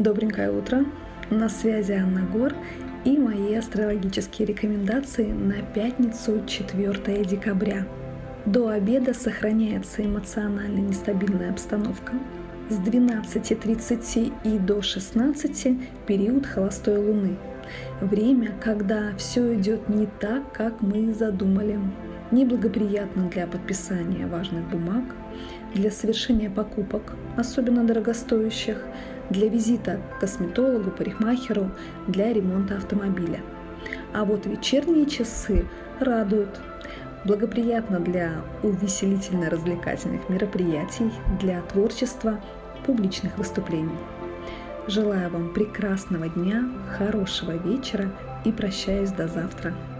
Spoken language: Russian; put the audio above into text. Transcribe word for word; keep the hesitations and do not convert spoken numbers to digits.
Добренькое утро! На связи Анна Гор и мои астрологические рекомендации на пятницу, четвёртое декабря. До обеда сохраняется эмоционально нестабильная обстановка. С двенадцати тридцати и до шестнадцати период холостой луны. Время, когда все идет не так, как мы задумали. Неблагоприятно для подписания важных бумаг, для совершения покупок, особенно дорогостоящих, для визита к косметологу, парикмахеру, для ремонта автомобиля. А вот вечерние часы радуют. Благоприятно для увеселительно-развлекательных мероприятий, для творчества, публичных выступлений. Желаю вам прекрасного дня, хорошего вечера и прощаюсь до завтра.